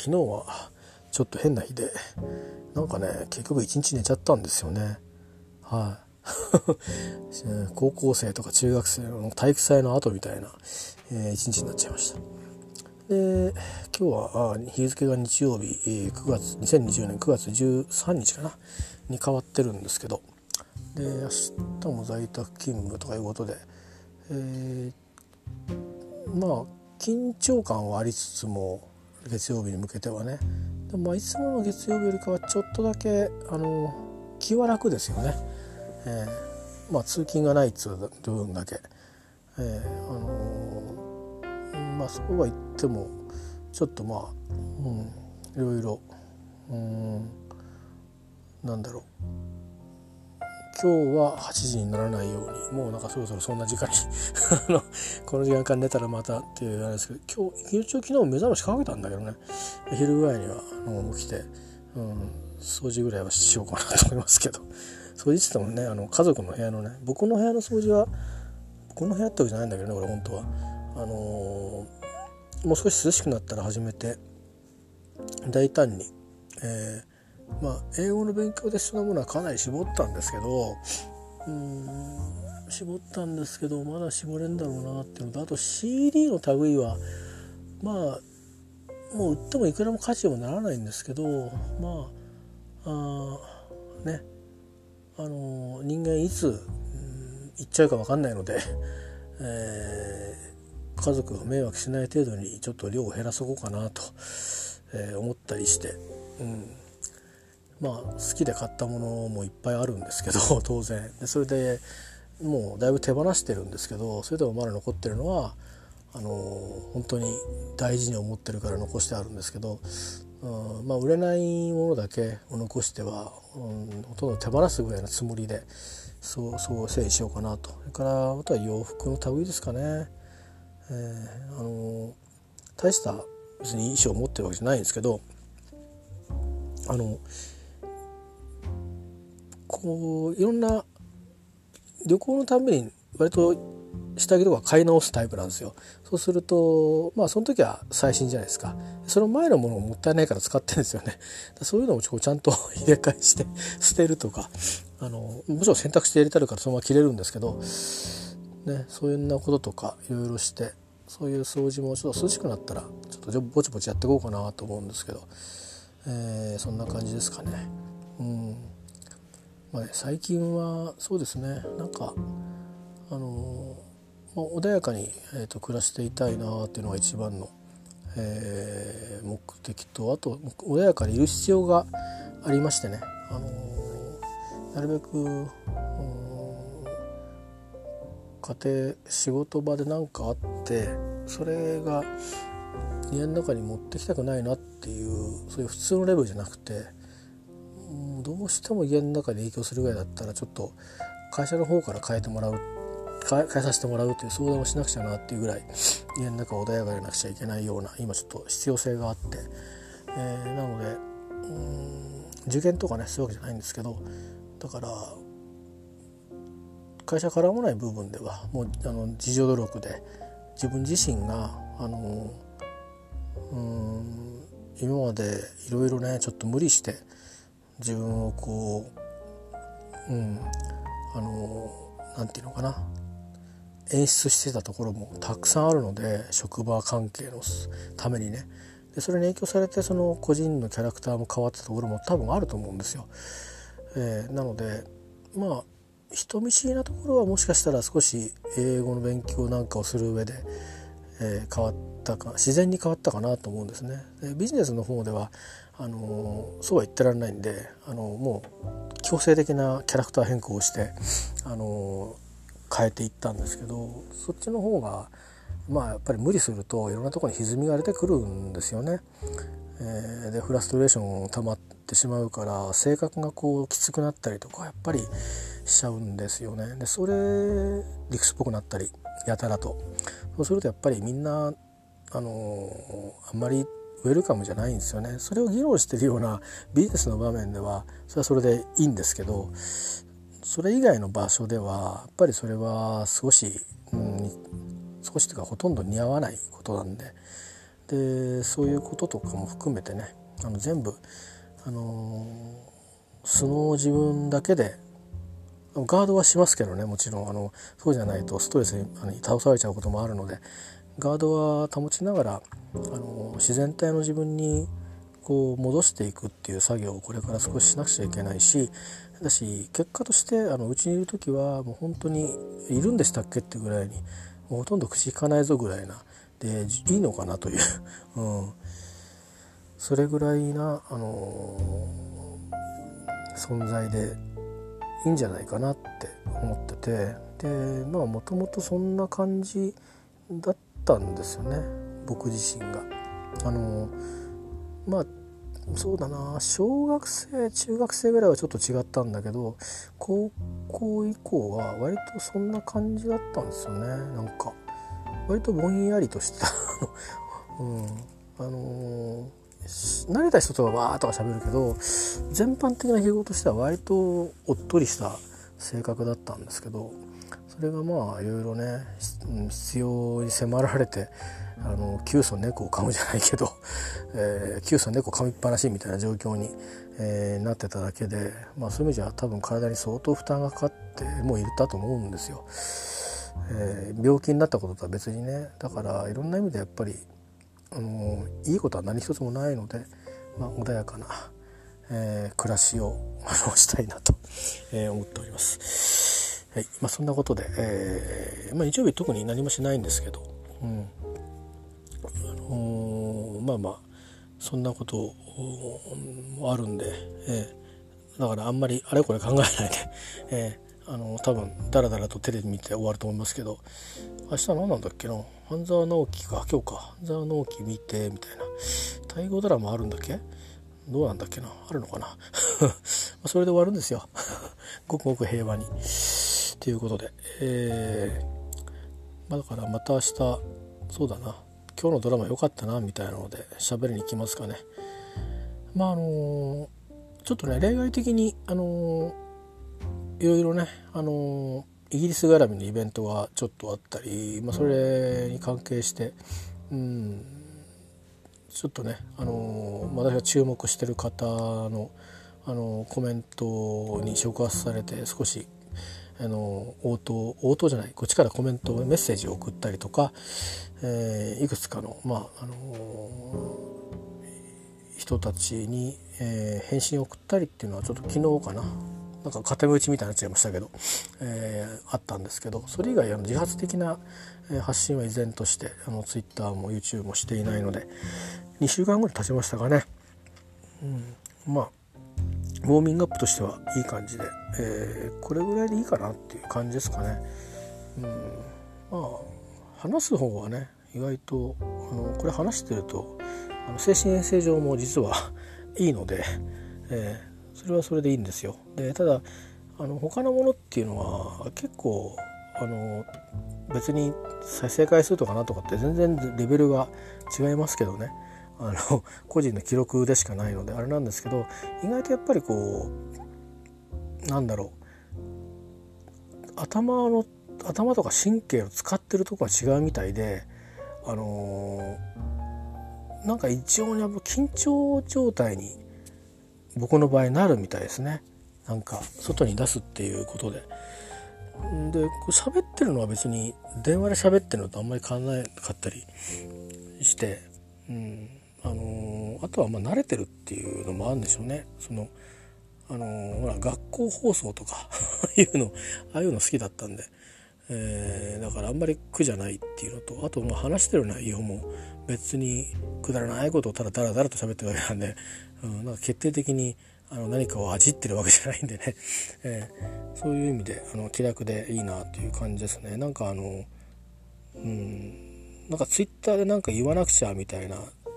昨日はちょっと変な日でなんかね結局一日寝ちゃったんですよね。高校生とか中学生の体育祭の後みたいな、一日になっちゃいました。で今日は日付が日曜日、2020年9月13日かなに変わってるんですけど、で明日も在宅勤務とかいうことで、緊張感はありつつも月曜日に向けてはね、でもいつもの月曜日よりかはちょっとだけ気は楽ですよね。通勤がないっつう部分だけ、そうは言ってもちょっといろいろなんだろう、今日は8時にならないようにもうなんかそろそろそんな時間にこの時間から寝たらまたっていうあれですけど、昨日目覚ましかけたんだけどね、昼ぐらいには起きて、掃除ぐらいはしようかなと思いますけど、掃除って言ってもね家族の部屋のね、僕の部屋の掃除は僕の部屋ってわけじゃないんだけどね、これ本当はもう少し涼しくなったら始めて大胆に、英語の勉強で必要なものはかなり絞ったんですけどまだ絞れんだろうなっていうのと、あと CD の類はもう売ってもいくらも価値にもならないんですけど、人間いつ行っちゃうか分かんないので、家族が迷惑しない程度にちょっと量を減らそうかなと、思ったりして、好きで買ったものもいっぱいあるんですけど当然で、それでもうだいぶ手放してるんですけど、それでもまだ残ってるのは本当に大事に思ってるから残してあるんですけど、売れないものだけを残しては、ほとんど手放すぐらいのつもりでそう整理しようかなと。それからあとは洋服の類ですかね。大した別に衣装を持ってるわけじゃないんですけど、いろんな旅行のために割と下着とか買い直すタイプなんですよ。そうするとその時は最新じゃないですか。その前のものももったいないから使ってるんですよね。そういうのをちゃんと入れ替えして捨てるとか、もちろん洗濯して入れてあるからそのまま着れるんですけど、そういうようなこととかいろいろして、そういう掃除もちょっと涼しくなったらちょっとぼちぼちやっていこうかなと思うんですけど、そんな感じですかね。最近はそうですね、なんか穏やかに、暮らしていたいなっていうのが一番の、目的と、あと穏やかにいる必要がありましてね、なるべく家庭仕事場で何かあってそれが家の中に持ってきたくないなっていう、そういう普通のレベルじゃなくて、どうしても家の中で影響するぐらいだったらちょっと会社の方から変えさせてもらうという相談をしなくちゃなっていうぐらい家の中を穏やかでなくちゃいけないような今ちょっと必要性があって、なので受験とかねそういうわけじゃないんですけど、だから会社絡まない部分ではもう自助努力で自分自身が今までいろいろねちょっと無理して自分をなんていうのかな、演出してたところもたくさんあるので、職場関係のためにね、でそれに影響されてその個人のキャラクターも変わったところも多分あると思うんですよ。なので人見知りなところはもしかしたら少し英語の勉強なんかをする上で、自然に変わったかなと思うんですね。でビジネスの方ではそうは言ってられないんでもう強制的なキャラクター変更をして変えていったんですけど、そっちの方がやっぱり無理するといろんなところに歪みが出てくるんですよね。でフラストレーション溜まってしまうから性格がきつくなったりとかやっぱりしちゃうんですよね。でそれ理屈っぽくなったりやたらと、そうするとやっぱりみんなあんまりウェルカムじゃないんですよね。それを議論してるようなビジネスの場面ではそれはそれでいいんですけど、それ以外の場所ではやっぱりそれは少しというかほとんど似合わないことなんで、 でそういうこととかも含めてね全部、素の自分だけでガードはしますけどね、もちろんそうじゃないとストレスに倒されちゃうこともあるので、ガードは保ちながら自然体の自分にこう戻していくっていう作業をこれから少ししなくちゃいけないし、だし結果としてうちにいる時はもう本当にいるんでしたっけってぐらいにもうほとんど口聞かないぞぐらいなでいいのかなという、それぐらいな、存在でいいんじゃないかなって思ってて、でもともとそんな感じだったんですよね、僕自身が。そうだな、小学生中学生ぐらいはちょっと違ったんだけど、高校以降は割とそんな感じだったんですよね。なんか割とぼんやりとした慣れた人とはわーとか喋るけど、全般的な傾向としては割とおっとりした性格だったんですけど、それがいろいろね必要に迫られて窮鼠猫を噛むじゃないけど、窮鼠猫噛みっぱなしみたいな状況に、なってただけで、そういう意味じゃ多分体に相当負担がかかってもういたと思うんですよ。病気になったこととは別にね。だからいろんな意味でやっぱりいいことは何一つもないので、穏やかな、暮らしをしたいなと、思っております。はい、そんなことで、日曜日特に何もしないんですけど、そんなこともあるんで、だからあんまりあれこれ考えないで、多分ダラダラとテレビ見て終わると思いますけど、明日何なんだっけな、半沢直樹か、今日か、半沢直樹見てみたいな、大河ドラマあるんだっけ、どうなんだっけな、あるのかなそれで終わるんですよごくごく平和にということで、だからまた明日、そうだな、今日のドラマ良かったなみたいなので喋りに行きますかね。ちょっとね例外的にいろいろねイギリス絡みのイベントがちょっとあったり、それに関係してちょっとね私が注目してる方のコメントに触発されて少し応答じゃない、こっちからコメントメッセージを送ったりとか、いくつかの人たちに、返信を送ったりっていうのはちょっと昨日かな、なんか固め打ちみたいになっちゃいましたけど、あったんですけど、それ以外自発的な発信は依然としてTwitter も YouTube もしていないので、2週間ぐらい経ちましたかね。ウォーミングアップとしてはいい感じで、これぐらいでいいかなっていう感じですかね。話す方はね意外とこれ話してると精神衛生上も実はいいので、それはそれでいいんですよ。でただ他のものっていうのは結構別に再生回数とかなとかって全然レベルが違いますけどね、個人の記録でしかないのであれなんですけど、意外とやっぱりこう頭とか神経を使ってるところが違うみたいで、なんか異常に緊張状態に僕の場合なるみたいですね。なんか外に出すっていうことで、喋ってるのは別に電話で喋ってるのとあんまり変わらなかったりして、あとは慣れてるっていうのもあるんでしょうね。ほら学校放送とかああいうの好きだったんで、だからあんまり苦じゃないっていうのと、あと話してる内容も別にくだらないことをただダラダラと喋ってるわけなんで、なんか決定的に何かをあじってるわけじゃないんでね、そういう意味で気楽でいいなっていう感じですね。なんかなんかツイッターでなんか言わなくちゃみたいな、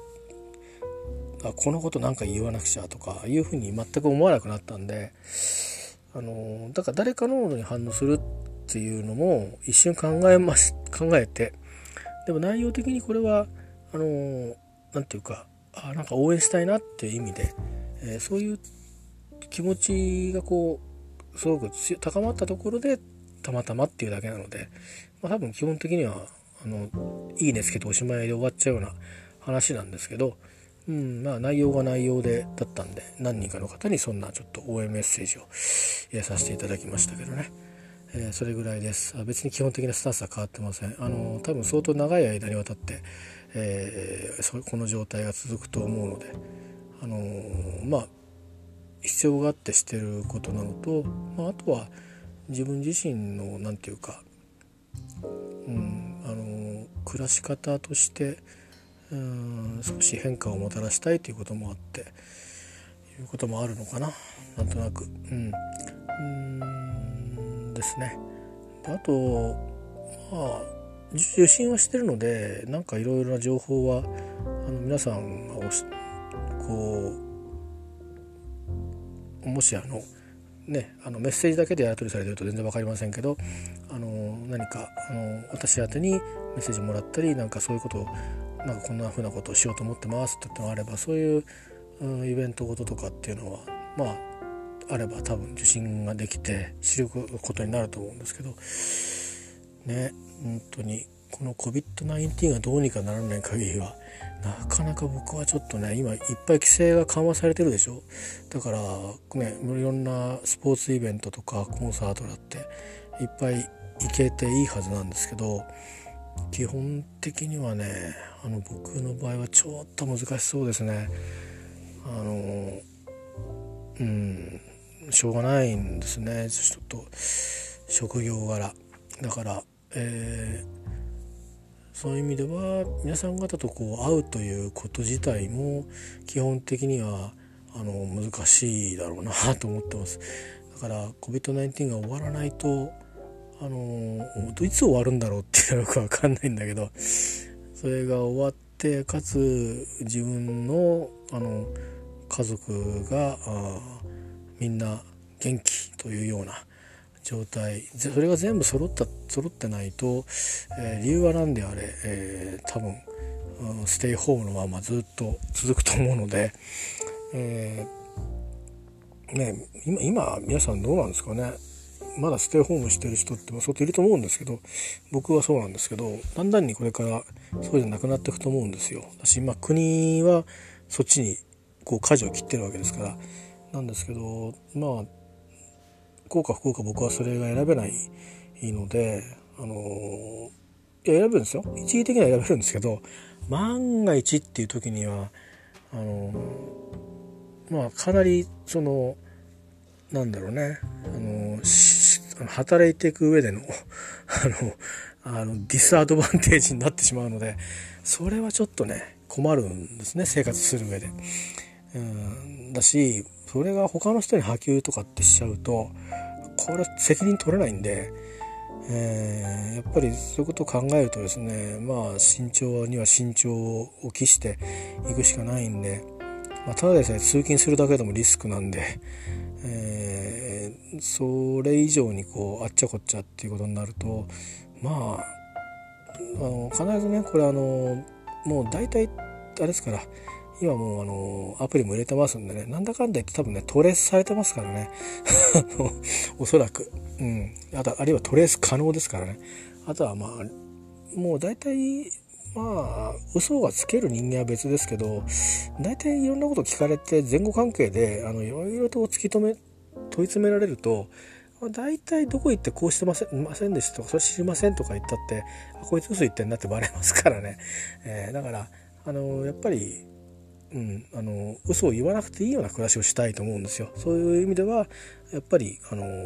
このことなんか言わなくちゃとかいうふうに全く思わなくなったんで、だから誰かのものに反応するっていうのも一瞬考えて、でも内容的にこれはなんていうかなんか応援したいなっていう意味で、そういう気持ちがすごく高まったところでたまたまっていうだけなので、多分基本的にはいいねつけておしまいで終わっちゃうような話なんですけど、内容が内容だったんで、何人かの方にそんなちょっと応援メッセージを入れさせていただきましたけどね。それぐらいです。別に基本的なスタンスは変わってません。多分相当長い間にわたって、この状態が続くと思うので、必要があってしてることなのと、あとは自分自身のなんていうか、暮らし方として少し変化をもたらしたいということもあっていうこともあるのかな、なんとなくですね。あと受信はしてるので、なんかいろいろな情報は皆さんがもしメッセージだけでやり取りされてると全然わかりませんけど、何か私宛てにメッセージもらったり、なんかそういうことをなんかこんな風なことをしようと思ってますってのがあれば、そういう、イベントごととかっていうのはあれば多分受信ができて知ることになると思うんですけどね。本当にこの COVID-19 がどうにかならない限りはなかなか僕はちょっとね、今いっぱい規制が緩和されてるでしょ。だからね、いろんなスポーツイベントとかコンサートだっていっぱい行けていいはずなんですけど、基本的にはね僕の場合はちょっと難しそうですね。しょうがないんですね、ちょっと職業柄だから、そういう意味では皆さん方と会うということ自体も基本的には難しいだろうなと思ってます。だから COVID-19 が終わらないといつ終わるんだろうっていうのはよくわかんないんだけど、それが終わってかつ自分の家族がみんな元気というような状態、それが全部揃ってないと、理由は何であれ、多分、ステイホームのままずっと続くと思うので、今皆さんどうなんですかね。まだステイホームしてる人って相当いると思うんですけど、僕はそうなんですけど、だんだんにこれからそうじゃなくなっていくと思うんですよ。私国はそっちに舵を切ってるわけですからなんですけど、幸か不幸か僕はそれが選べないので、選べるんですよ。一時的には選べるんですけど、万が一っていう時にはかなりなんだろうね、働いていく上でのディスアドバンテージになってしまうので、それはちょっとね困るんですね、生活する上で。だし、それが他の人に波及とかってしちゃうとこれ責任取れないんで、やっぱりそういうことを考えるとですね、慎重には慎重を期していくしかないんで、ただでさえ通勤するだけでもリスクなんで、それ以上にあっちゃこっちゃっていうことになると、必ずね、これもう大体あれですから、今もうアプリも入れてますんでね、なんだかんだ言って多分ねトレースされてますからねおそらく、あるいはトレース可能ですからね。あとはもう大体嘘がつける人間は別ですけど、大体いろんなこと聞かれて前後関係でいろいろと問い詰められると、大体どこ行ってこうしてませんでしたとか、それ知りませんとか言ったってこいつ嘘言ってんなってバレますからね。だからやっぱり嘘を言わなくていいような暮らしをしたいと思うんですよ。そういう意味ではやっぱり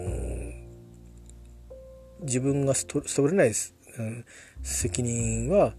自分が取れない責任は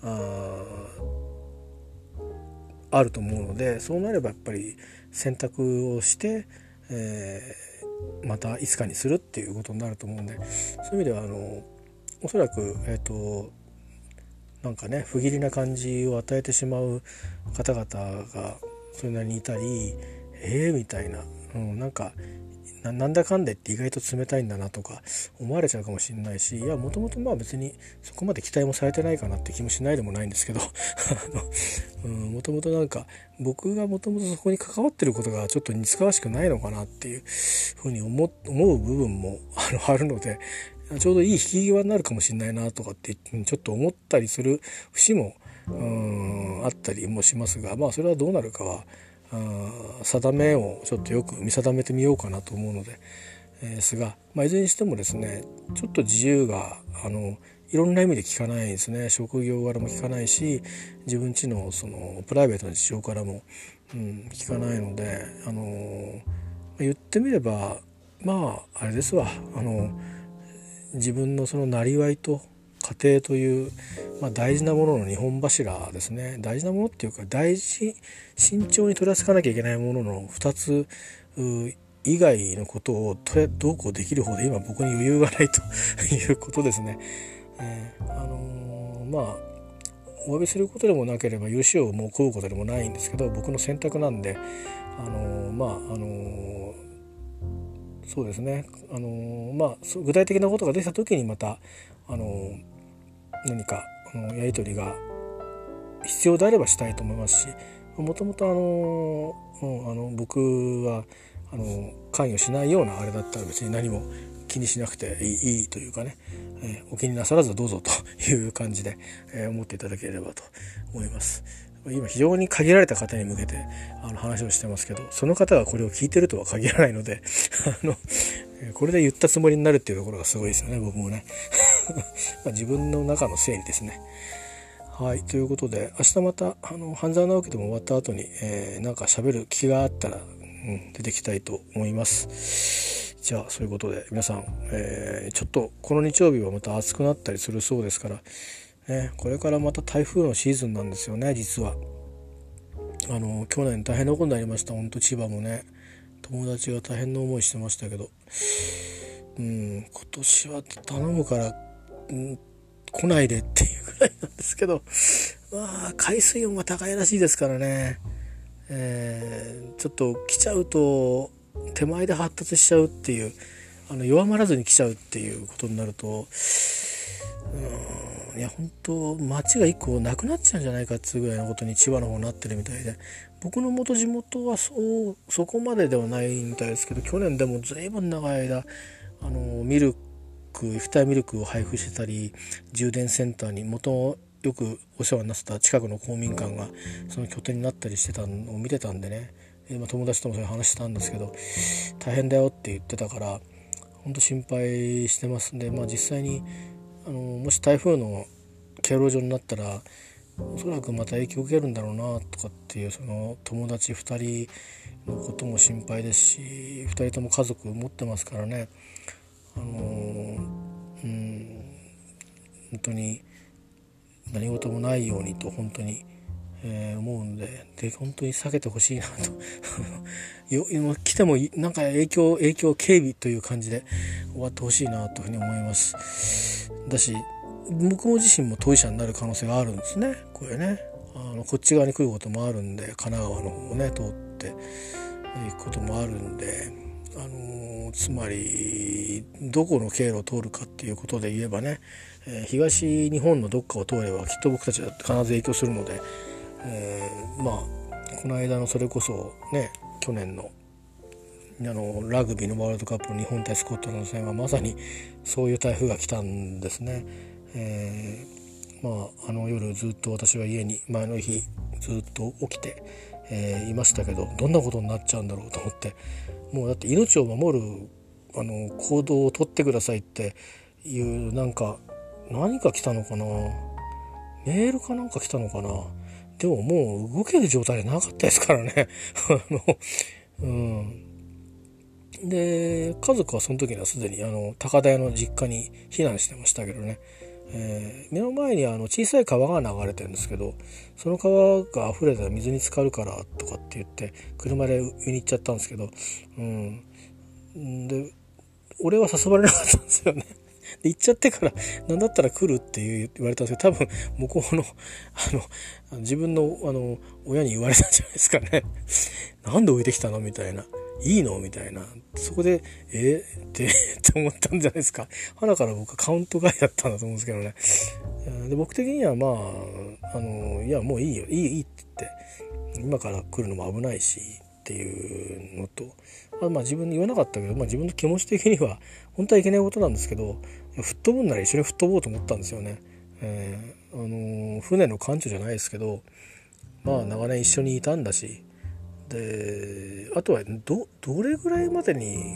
あると思うので、そうなればやっぱり選択をして、またいつかにするっていうことになると思うんで、そういう意味ではおそらくなんかね不義理な感じを与えてしまう方々がそれなりにいたり、みたいな、なんだかんだ言って意外と冷たいんだなとか思われちゃうかもしれないし、いやもともと別にそこまで期待もされてないかなって気もしないでもないんですけどもともとなんか僕がもともとそこに関わってることがちょっと似つかわしくないのかなっていうふうに思う部分もあるので、ちょうどいい引き際になるかもしれないなとかってちょっと思ったりする節もあったりもしますが、それはどうなるかは定めをちょっとよく見定めてみようかなと思うので、ですが、いずれにしてもですね、ちょっと自由がいろんな意味で効かないですね。職業柄も効かないし、自分ちのそのプライベートな事情からも、効かないので、言ってみればあれですわ、自分のそのなりわいと家庭という、大事なものの2本柱ですね。大事なものっていうか慎重に取り扱わなきゃいけないものの2つ以外のことをどうこうできる方で今僕に余裕がないということですね。お詫びすることでもなければ許しをもう請うことでもないんですけど、僕の選択なんで、そうですね、具体的なことができた時にまた何かやり取りが必要であればしたいと思いますし、もともと僕は関与しないようなあれだったら別に何も気にしなくていいというかね、お気になさらずどうぞという感じで、思っていただければと思います。今非常に限られた方に向けて話をしてますけど、その方がこれを聞いてるとは限らないのでこれで言ったつもりになるっていうところがすごいですよね、僕もね自分の中の整理ですね。はい、ということで明日また半沢直樹でも終わった後に、なんか喋る気があったら、出てきたいと思います。じゃあそういうことで皆さん、ちょっとこの日曜日はまた暑くなったりするそうですから、これからまた台風のシーズンなんですよね。実は去年大変なことになりました。本当千葉もね、友達が大変な思いしてましたけど、今年は頼むから、来ないでっていうぐらいなんですけど、海水温が高いらしいですからね、ちょっと来ちゃうと手前で発達しちゃうっていう、弱まらずに来ちゃうっていうことになると、いや本当街が一個なくなっちゃうんじゃないかっていうぐらいのことに千葉の方になってるみたいで、僕の元地元はそこまでではないみたいですけど、去年でも随分長い間液体ミルクを配布してたり、充電センターによくお世話になってた近くの公民館がその拠点になったりしてたのを見てたんでね、友達ともそういう話したんですけど、大変だよって言ってたから本当心配してますんで、実際にもし台風の経路上になったらおそらくまた影響を受けるんだろうなとかっていう、その友達2人のことも心配ですし、2人とも家族持ってますからね、本当に何事もないようにと本当に、思うんで本当に避けてほしいなと来てもなんか影響警備という感じで終わってほしいなというふうに思いますだし、僕も自身も当事者になる可能性があるんですね。これね、こっち側に来ることもあるんで、神奈川の方をね通っていくこともあるんで、つまりどこの経路を通るかっていうことで言えばね、東日本のどっかを通ればきっと僕たちは必ず影響するので、この間のそれこそね、去年のラグビーのワールドカップの日本対スコットランド戦はまさにそういう台風が来たんですね。夜ずっと私は家に前の日ずっと起きて、いましたけど、どんなことになっちゃうんだろうと思って、もうだって命を守る行動を取ってくださいっていう何か来たのかな、メールかなんか来たのかな。でももう動ける状態でなかったですからねで家族はその時にはすでに高田屋の実家に避難してましたけどね、目の前に小さい川が流れてるんですけど、その川が溢れたら水に浸かるからとかって言って車で上に行っちゃったんですけど、で俺は誘われなかったんですよね。で行っちゃってから何だったら来るって言われたんですけど、多分向こうの自分の親に言われたんじゃないですかね。なんで置いてきたのみたいな、いいのみたいな、そこでって思ったんじゃないですか。鼻から僕はカウント外だったんだと思うんですけどね。で僕的にはいやもういいよ、いいって言って、今から来るのも危ないしっていうのと、自分に言わなかったけど、自分の気持ち的には本当はいけないことなんですけど、吹っ飛ぶんなら一緒に吹っ飛ぼうと思ったんですよね。 船の艦長じゃないですけど、まあ長年一緒にいたんだし、であとはどれぐらいまでに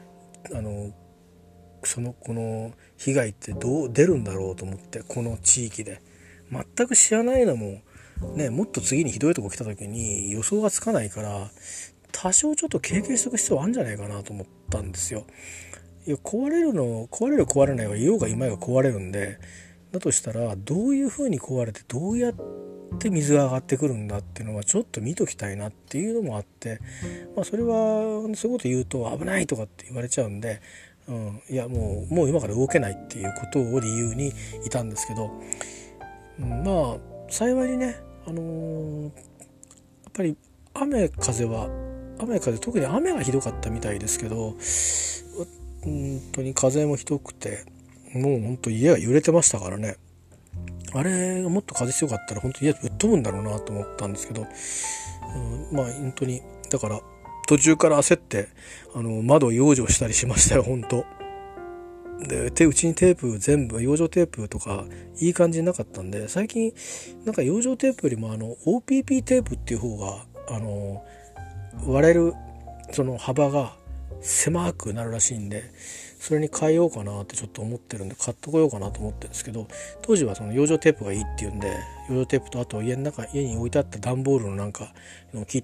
この被害ってどう出るんだろうと思って、この地域で全く知らないのもね、もっと次にひどいとこ来た時に予想がつかないから、多少ちょっと経験しておく必要あるんじゃないかなと思ったんですよ。いや、壊れる壊れないは言おうがいまいが壊れるんで、だとしたらどういう風に壊れてどうやって水が上がってくるんだっていうのはちょっと見ときたいなっていうのもあって、それはそういうこと言うと危ないとかって言われちゃうんで、いやもう今から動けないっていうことを理由にいたんですけど、幸いにね、やっぱり雨風特に雨がひどかったみたいですけど、本当に風もひどくて、もう本当家が揺れてましたからね。あれがもっと風強かったら本当に家ぶっ飛ぶんだろうなと思ったんですけど、本当にだから途中から焦って窓を養生したりしましたよ、本当で。うちにテープ全部養生テープとかいい感じになかったんで、最近なんか養生テープよりもOPP テープっていう方が割れるその幅が狭くなるらしいんで、それに変えようかなってちょっと思ってるんで買っとこようかなと思ってるんですけど、当時はその養生テープがいいっていうんで、養生テープとあと家に置いてあった段ボールのなんかを切って、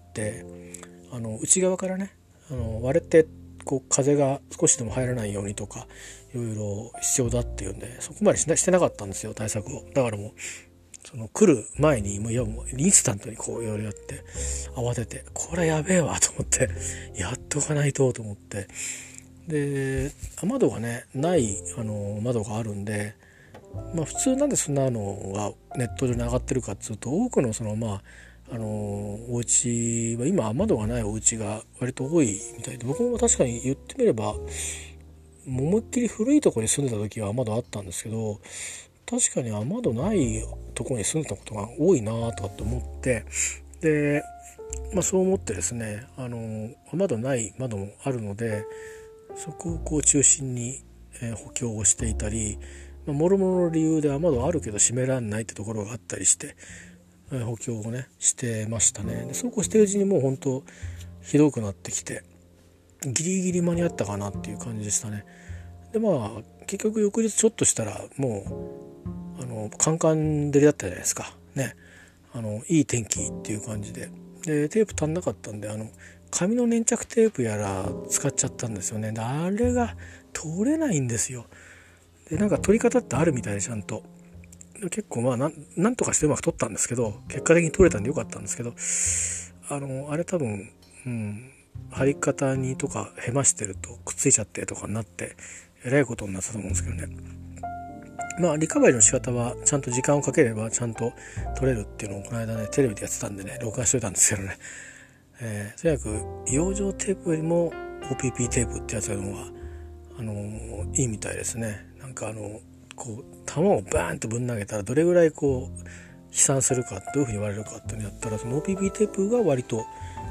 内側からね割れてこう風が少しでも入らないようにとかいろいろ必要だっていうんで、そこまでしてなかったんですよ、対策を。だからもうその来る前にもうインスタントにこういろいろやって慌てて、これやべえわと思ってやっとかないと思って、で雨戸がねない窓があるんで、普通なんでそんなのがネット上に上がってるかっつうと、多くのお家は今雨戸がないお家が割と多いみたいで、僕も確かに言ってみれば思いっきり古いところに住んでた時は雨戸あったんですけど、確かに雨戸ないところに住んでたことが多いなとかって思って、で、そう思ってですね、雨戸ない窓もあるので、そこをこう中心に補強をしていたり、もろもろの理由で雨戸あるけど閉めらんないってところがあったりして補強をねしてましたね。でそうこうしてるうちにもう本当ひどくなってきて、ギリギリ間に合ったかなっていう感じでしたね。で結局翌日ちょっとしたらもうカンカン照りだったじゃないですかね。いい天気っていう感じで、テープ足んなかったんで紙の粘着テープやら使っちゃったんですよね。であれが取れないんですよ。でなんか取り方ってあるみたいで、ちゃんと結構なんとかしてうまく取ったんですけど、結果的に取れたんでよかったんですけど、あれ多分、貼り方にとかへましてるとくっついちゃってとかになってえらいことになったと思うんですけどね。リカバリーの仕方はちゃんと時間をかければちゃんと取れるっていうのをこの間ねテレビでやってたんでね、録画しておいたんですけどね、とにかく養生テープよりも OPP テープってやつの方がいいみたいですね。なんかこう弾をバーンとぶん投げたらどれぐらいこう飛散するか、どういうふうに割れるかっていうのをやったら、その OPP テープが割と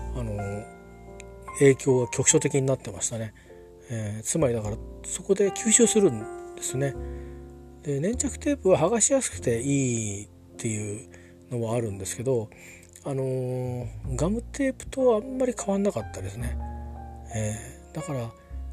影響が局所的になってましたね。つまりだからそこで吸収するんですね。で粘着テープは剥がしやすくていいっていうのはあるんですけど、ガムテープとはあんまり変わんなかったですね。だから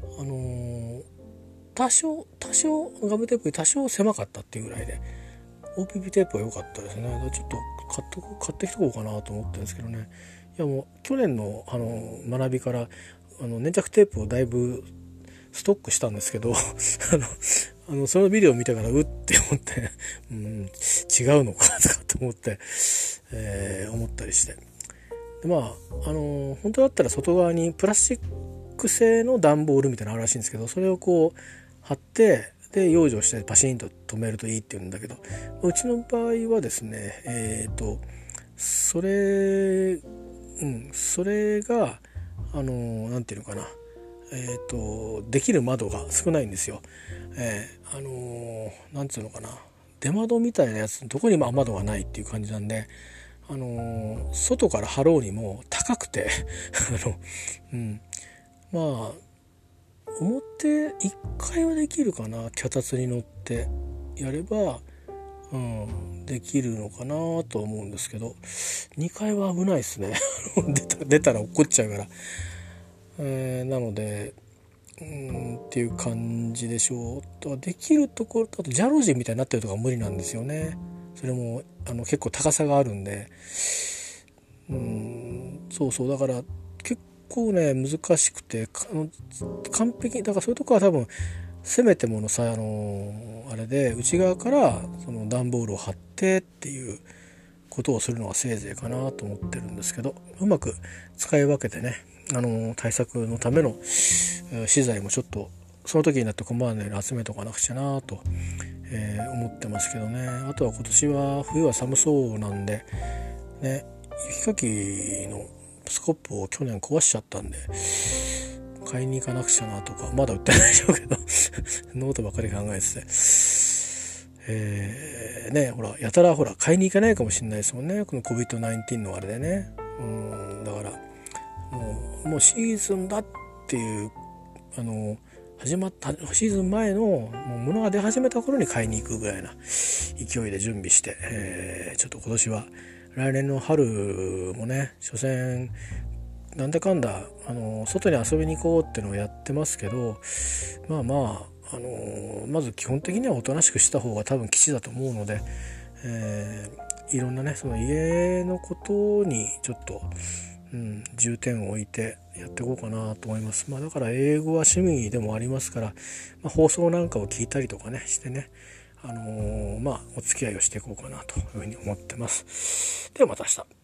多少ガムテープ多少狭かったっていうぐらいで OPP テープは良かったですね。ちょっと買ってきとこうかなと思ってるんですけどね。いやもう去年の学びから粘着テープをだいぶストックしたんですけどそのビデオを見たからうって思って違うのかとかと思って、思ったりして、で本当だったら外側にプラスチック製の段ボールみたいなのあるらしいんですけど、それをこう貼ってで養生してパシンと止めるといいっていうんだけど、うちの場合はですねそれがなんていうのかな、できる窓が少ないんですよ。なんつうのかな、出窓みたいなやつのところにも雨戸がないっていう感じなんで、外から貼ろうにも高くて表1回はできるかな、脚立に乗ってやればできるのかなと思うんですけど、2階は危ないですね出たら怒っちゃうから、なのでっていう感じでしょう。とできるところだとジャロジーみたいになってるとこは無理なんですよね。それも結構高さがあるんで、そうそう、だから結構ね難しくて、完璧だから、そういうとこは多分せめてものさ、あれで内側からその段ボールを貼ってっていうことをするのがせいぜいかなと思ってるんですけど、うまく使い分けてね、対策のための資材もちょっとその時になって困らないように集めとかなくちゃなと、思ってますけどね。あとは今年は冬は寒そうなんでね、雪かきのスコップを去年壊しちゃったんで買いに行かなくちゃなとか、まだ売ってないでしょうけどノートばっかり考えてて、ね、ほらやたらほら買いに行かないかもしれないですもんね、この COVID-19 のあれでね。だからもうシーズンだっていう始まったシーズン前のもう物が出始めた頃に買いに行くぐらいな勢いで準備して、ちょっと今年は来年の春もね、所詮なんだかんだ外に遊びに行こうっていうのをやってますけど、まず基本的にはおとなしくした方が多分吉だと思うので、いろんなねその家のことにちょっと、重点を置いてやっていこうかなと思います。だから英語は趣味でもありますから、放送なんかを聞いたりとかねしてね、お付き合いをしていこうかなというふうに思ってます。ではまた明日。